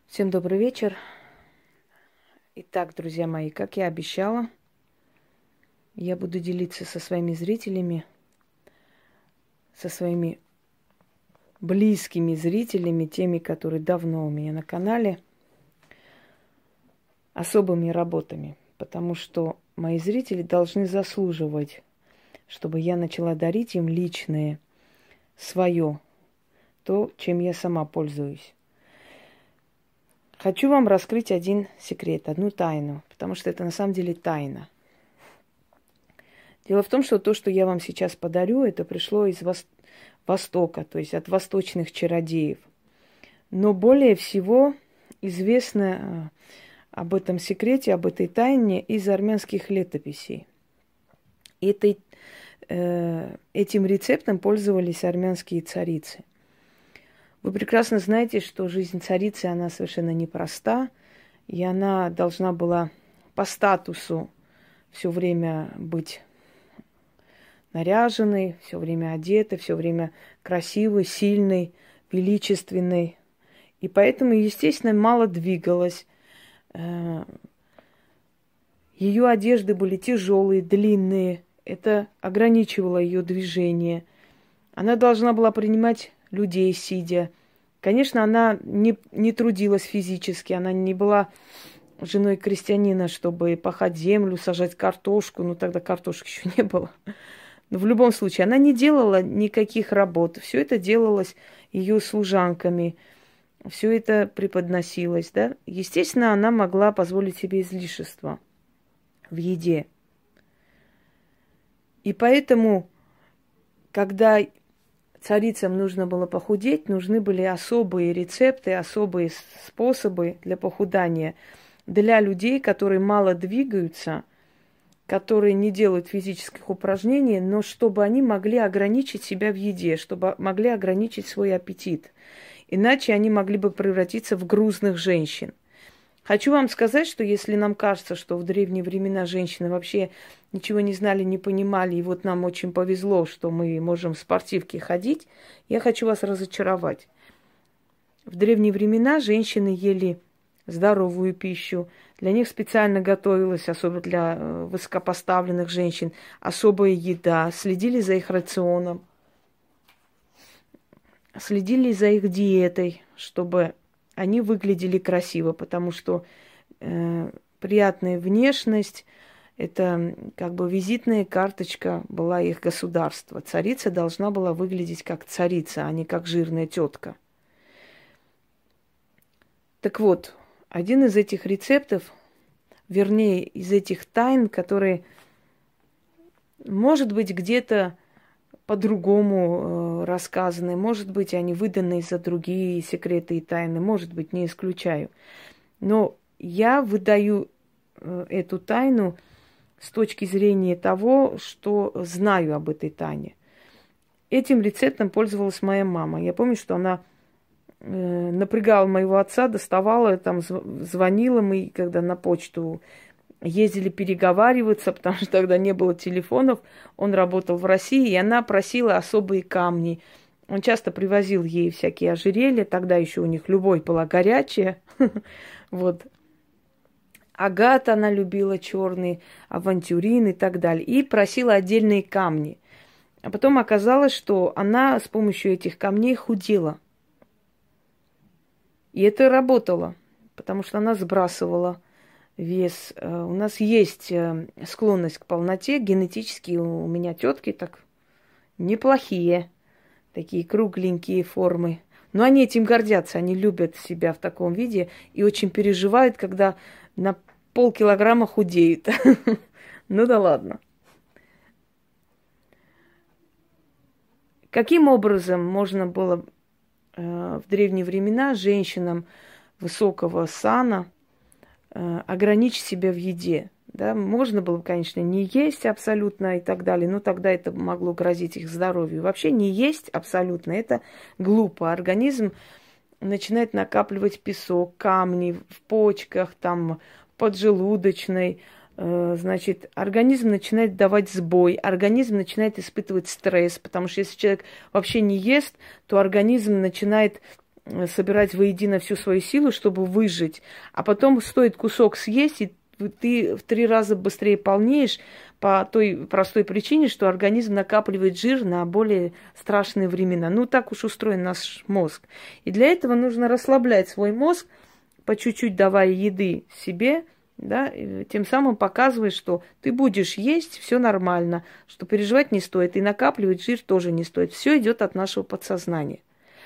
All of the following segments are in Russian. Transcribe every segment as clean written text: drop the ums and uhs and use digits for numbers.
Всем добрый вечер. Итак, друзья мои, как я обещала, я буду делиться со своими зрителями, со своими близкими зрителями, теми, которые давно у меня на канале, особыми работами, потому что мои зрители должны заслуживать, чтобы я начала дарить им личное, свое, то, чем я сама пользуюсь. Хочу вам раскрыть один секрет, одну тайну, потому что это на самом деле тайна. Дело в том, что то, что я вам сейчас подарю, это пришло из Востока, то есть от восточных чародеев. Но более всего известно об этом секрете, об этой тайне из армянских летописей. Этим рецептом пользовались армянские царицы. Вы прекрасно знаете, что жизнь царицы, она совершенно непроста, и она должна была по статусу все время быть наряженной, все время одетой, все время красивой, сильной, величественной. И поэтому, естественно, мало двигалась. Ее одежды были тяжелые, длинные. Это ограничивало ее движение. Она должна была принимать людей сидя. Конечно, она не трудилась физически, она не была женой крестьянина, чтобы пахать землю, сажать картошку. Ну, тогда картошки еще не было. Но в любом случае, она не делала никаких работ. Все это делалось ее служанками. Все это преподносилось, да. Естественно, она могла позволить себе излишества в еде. И поэтому, когда царицам нужно было похудеть, нужны были особые рецепты, особые способы для похудания для людей, которые мало двигаются, которые не делают физических упражнений, но чтобы они могли ограничить себя в еде, чтобы могли ограничить свой аппетит. Иначе они могли бы превратиться в грузных женщин. Хочу вам сказать, что если нам кажется, что в древние времена женщины вообще ничего не знали, не понимали, и вот нам очень повезло, что мы можем в спортивке ходить, я хочу вас разочаровать. В древние времена женщины ели здоровую пищу, для них специально готовилась, особенно для высокопоставленных женщин, особая еда, следили за их рационом, следили за их диетой, чтобы они выглядели красиво, потому что приятная внешность – это как бы визитная карточка была их государства. Царица должна была выглядеть как царица, а не как жирная тетка. Так вот, один из этих рецептов, вернее, из этих тайн, которые, может быть, где-то по-другому рассказаны, может быть, они выданы за другие секреты и тайны, может быть, не исключаю. Но я выдаю эту тайну с точки зрения того, что знаю об этой тайне. Этим рецептом пользовалась моя мама. Я помню, что она напрягала моего отца, доставала, там, звонила, мы когда на почту ездили переговариваться, потому что тогда не было телефонов. Он работал в России, и она просила особые камни. Он часто привозил ей всякие ожерелья. Тогда еще у них любовь была горячая. Вот. Агат она любила черный, авантюрин и так далее. И просила отдельные камни. А потом оказалось, что она с помощью этих камней худела. И это работало, потому что она сбрасывала вес. У нас есть склонность к полноте. Генетически у меня тетки так неплохие. Такие кругленькие формы. Но они этим гордятся. Они любят себя в таком виде и очень переживают, когда на полкилограмма худеют. Ну да ладно. Каким образом можно было в древние времена женщинам высокого сана ограничить себя в еде? Да? Можно было, конечно, не есть абсолютно и так далее, но тогда это могло грозить их здоровью. Вообще не есть абсолютно, это глупо. Организм начинает накапливать песок, камни в почках, там, поджелудочной. Значит, организм начинает давать сбой, организм начинает испытывать стресс, потому что если человек вообще не ест, то организм начинает собирать воедино всю свою силу, чтобы выжить. А потом стоит кусок съесть, и ты в 3 раза быстрее полнеешь по той простой причине, что организм накапливает жир на более страшные времена. Ну, так уж устроен наш мозг. И для этого нужно расслаблять свой мозг, по чуть-чуть давая еды себе, да, и тем самым показывая, что ты будешь есть, все нормально, что переживать не стоит, и накапливать жир тоже не стоит. Все идет от нашего подсознания.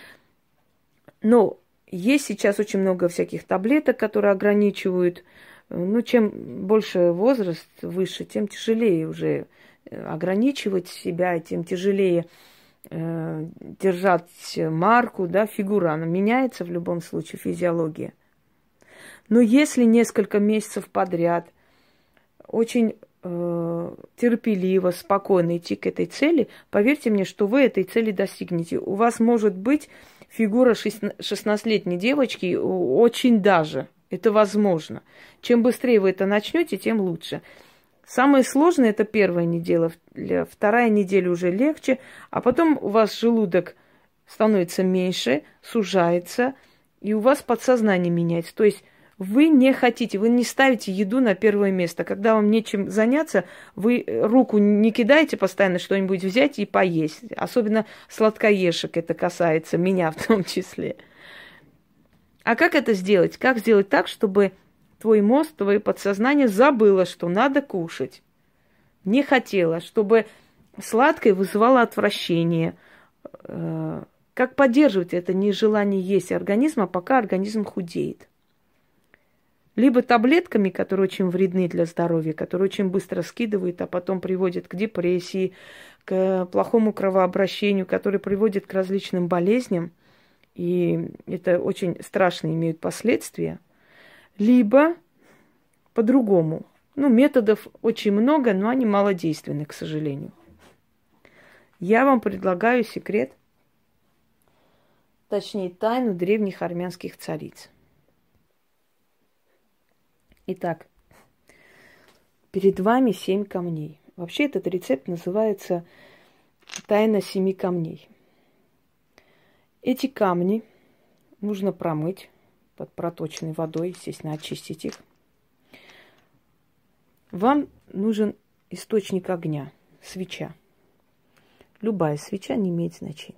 Но есть сейчас очень много всяких таблеток, которые ограничивают. Ну, чем больше возраст, выше, тем тяжелее уже ограничивать себя, тем тяжелее держать марку, да, фигура. Она меняется в любом случае, физиология. Но если несколько месяцев подряд очень терпеливо, спокойно идти к этой цели, поверьте мне, что вы этой цели достигнете. У вас может быть фигура 16-летней девочки очень даже. Это возможно. Чем быстрее вы это начнете, тем лучше. Самое сложное – это первая неделя. Вторая неделя уже легче. А потом у вас желудок становится меньше, сужается, и у вас подсознание меняется. То есть вы не хотите, вы не ставите еду на первое место. Когда вам нечем заняться, вы руку не кидаете постоянно что-нибудь взять и поесть. Особенно сладкоежек это касается, меня в том числе. А как это сделать? Как сделать так, чтобы твой мозг, твое подсознание забыло, что надо кушать? Не хотело, чтобы сладкое вызывало отвращение. Как поддерживать это нежелание есть организма, пока организм худеет? Либо таблетками, которые очень вредны для здоровья, которые очень быстро скидывают, а потом приводят к депрессии, к плохому кровообращению, которые приводят к различным болезням, и это очень страшно имеют последствия. Либо по-другому. Ну, методов очень много, но они малодейственны, к сожалению. Я вам предлагаю секрет, точнее, тайну древних армянских цариц. Итак, перед вами 7 камней. Вообще этот рецепт называется «Тайна 7 камней». Эти камни нужно промыть под проточной водой, естественно, очистить их. Вам нужен источник огня, свеча. Любая свеча не имеет значения.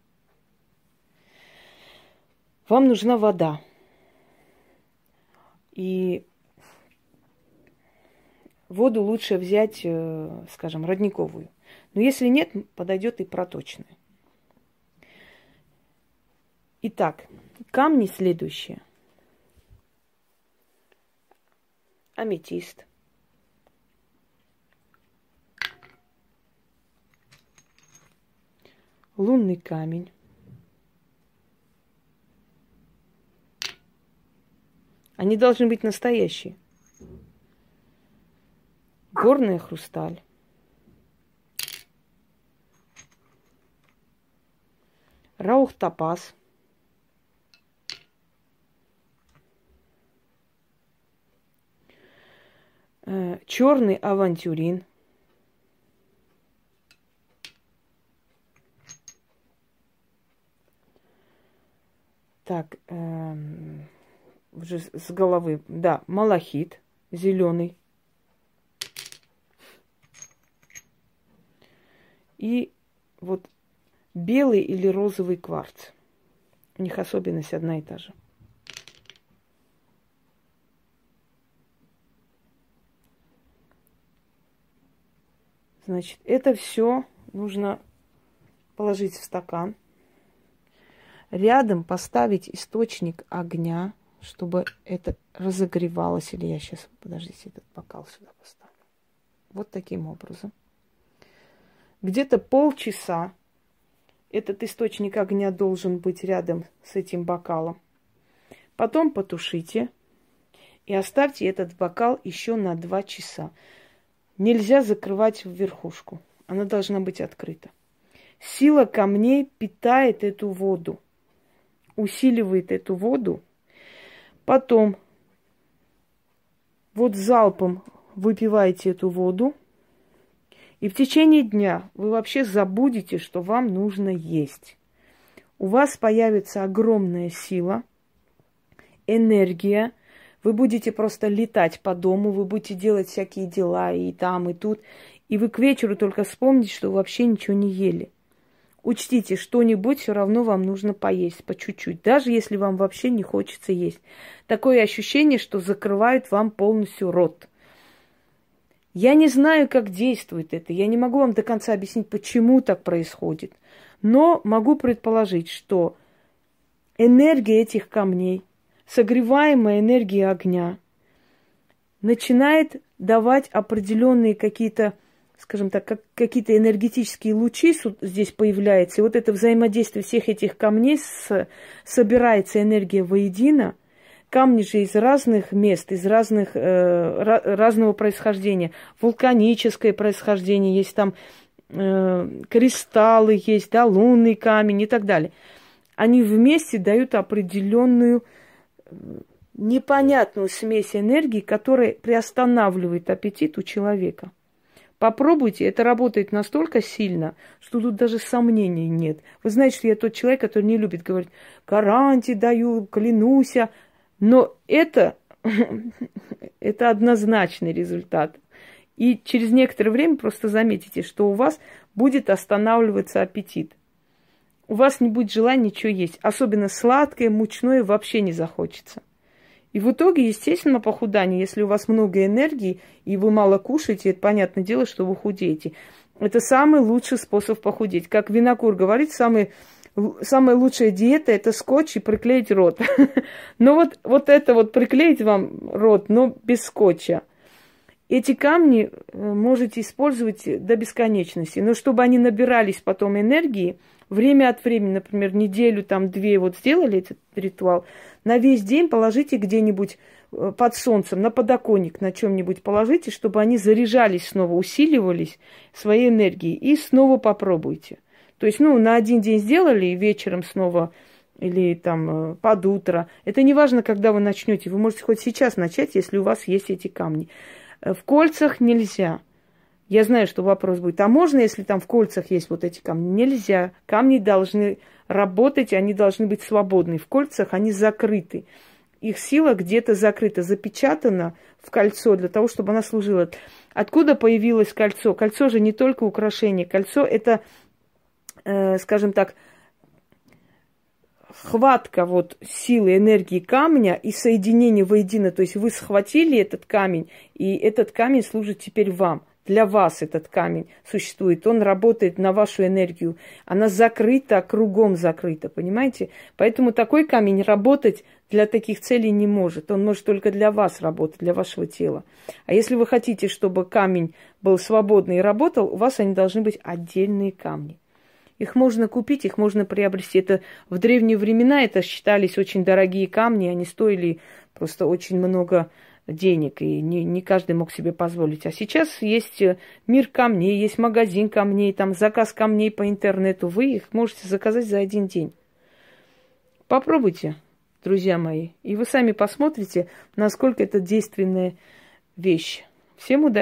Вам нужна вода. И воду лучше взять, скажем, родниковую. Но если нет, подойдет и проточная. Итак, камни следующие. Аметист. Лунный камень. Они должны быть настоящие. Горная хрусталь. Раух-топаз. Черный авантюрин. Так, уже с головы, да, малахит, зеленый. И вот белый или розовый кварц. У них особенность одна и та же. Значит, это все нужно положить в стакан. Рядом поставить источник огня, чтобы это разогревалось. Или я сейчас, подождите, этот бокал сюда поставлю. Вот таким образом. Где-то полчаса этот источник огня должен быть рядом с этим бокалом. Потом потушите и оставьте этот бокал еще на 2 часа. Нельзя закрывать в верхушку. Она должна быть открыта. Сила камней питает эту воду, усиливает эту воду. Потом вот залпом выпиваете эту воду. И в течение дня вы вообще забудете, что вам нужно есть. у вас появится огромная сила, энергия. Вы будете просто летать по дому, вы будете делать всякие дела и там, и тут. И вы к вечеру только вспомните, что вы вообще ничего не ели. Учтите, что-нибудь все равно вам нужно поесть по чуть-чуть, даже если вам вообще не хочется есть. Такое ощущение, что закрывают вам полностью рот. Я не знаю, как действует это. Я не могу вам до конца объяснить, почему так происходит. Но могу предположить, что энергия этих камней, согреваемая энергией огня, начинает давать определенные какие-то, скажем так, какие-то энергетические лучи здесь появляются. И вот это взаимодействие всех этих камней собирается энергия воедино. Камни же из разных мест, из разного происхождения. Вулканическое происхождение, есть там кристаллы, есть, да, лунный камень и так далее. Они вместе дают определенную непонятную смесь энергии, которая приостанавливает аппетит у человека. Попробуйте, это работает настолько сильно, что тут даже сомнений нет. Вы знаете, что я тот человек, который не любит говорить, гарантии даю, клянусь, но это однозначный результат. И через некоторое время просто заметите, что у вас будет останавливаться аппетит. У вас не будет желания ничего есть. Особенно сладкое, мучное вообще не захочется. И в итоге, естественно, похудание, если у вас много энергии и вы мало кушаете, это понятное дело, что вы худеете. Это самый лучший способ похудеть. Как Винокур говорит, самая лучшая диета – это скотч и приклеить рот. Но вот это вот приклеить вам рот, но без скотча. Эти камни можете использовать до бесконечности. Но чтобы они набирались потом энергии, время от времени, например, неделю, там, 2 вот сделали этот ритуал, на весь день положите где-нибудь под солнцем, на подоконник, на чем-нибудь положите, чтобы они заряжались снова, усиливались своей энергией. И снова попробуйте. То есть, на один день сделали, и вечером снова, или там под утро. Это не важно, когда вы начнете. Вы можете хоть сейчас начать, если у вас есть эти камни. В кольцах нельзя. Я знаю, что вопрос будет, а можно, если там в кольцах есть вот эти камни? Нельзя. Камни должны работать, они должны быть свободны. В кольцах они закрыты. Их сила где-то закрыта, запечатана в кольцо для того, чтобы она служила. Откуда появилось кольцо? Кольцо же не только украшение. Кольцо – это, скажем так, хватка вот силы, энергии камня и соединение воедино. То есть вы схватили этот камень, и этот камень служит теперь вам. Для вас этот камень существует. Он работает на вашу энергию. Она закрыта, кругом закрыта, понимаете? Поэтому такой камень работать для таких целей не может. Он может только для вас работать, для вашего тела. А если вы хотите, чтобы камень был свободный и работал, у вас они должны быть отдельные камни. Их можно купить, их можно приобрести. Это в древние времена это считались очень дорогие камни, они стоили просто очень много денег, и не каждый мог себе позволить. А сейчас есть мир камней, есть магазин камней, там заказ камней по интернету. Вы их можете заказать за один день. Попробуйте, друзья мои, и вы сами посмотрите, насколько это действенная вещь. Всем удачи!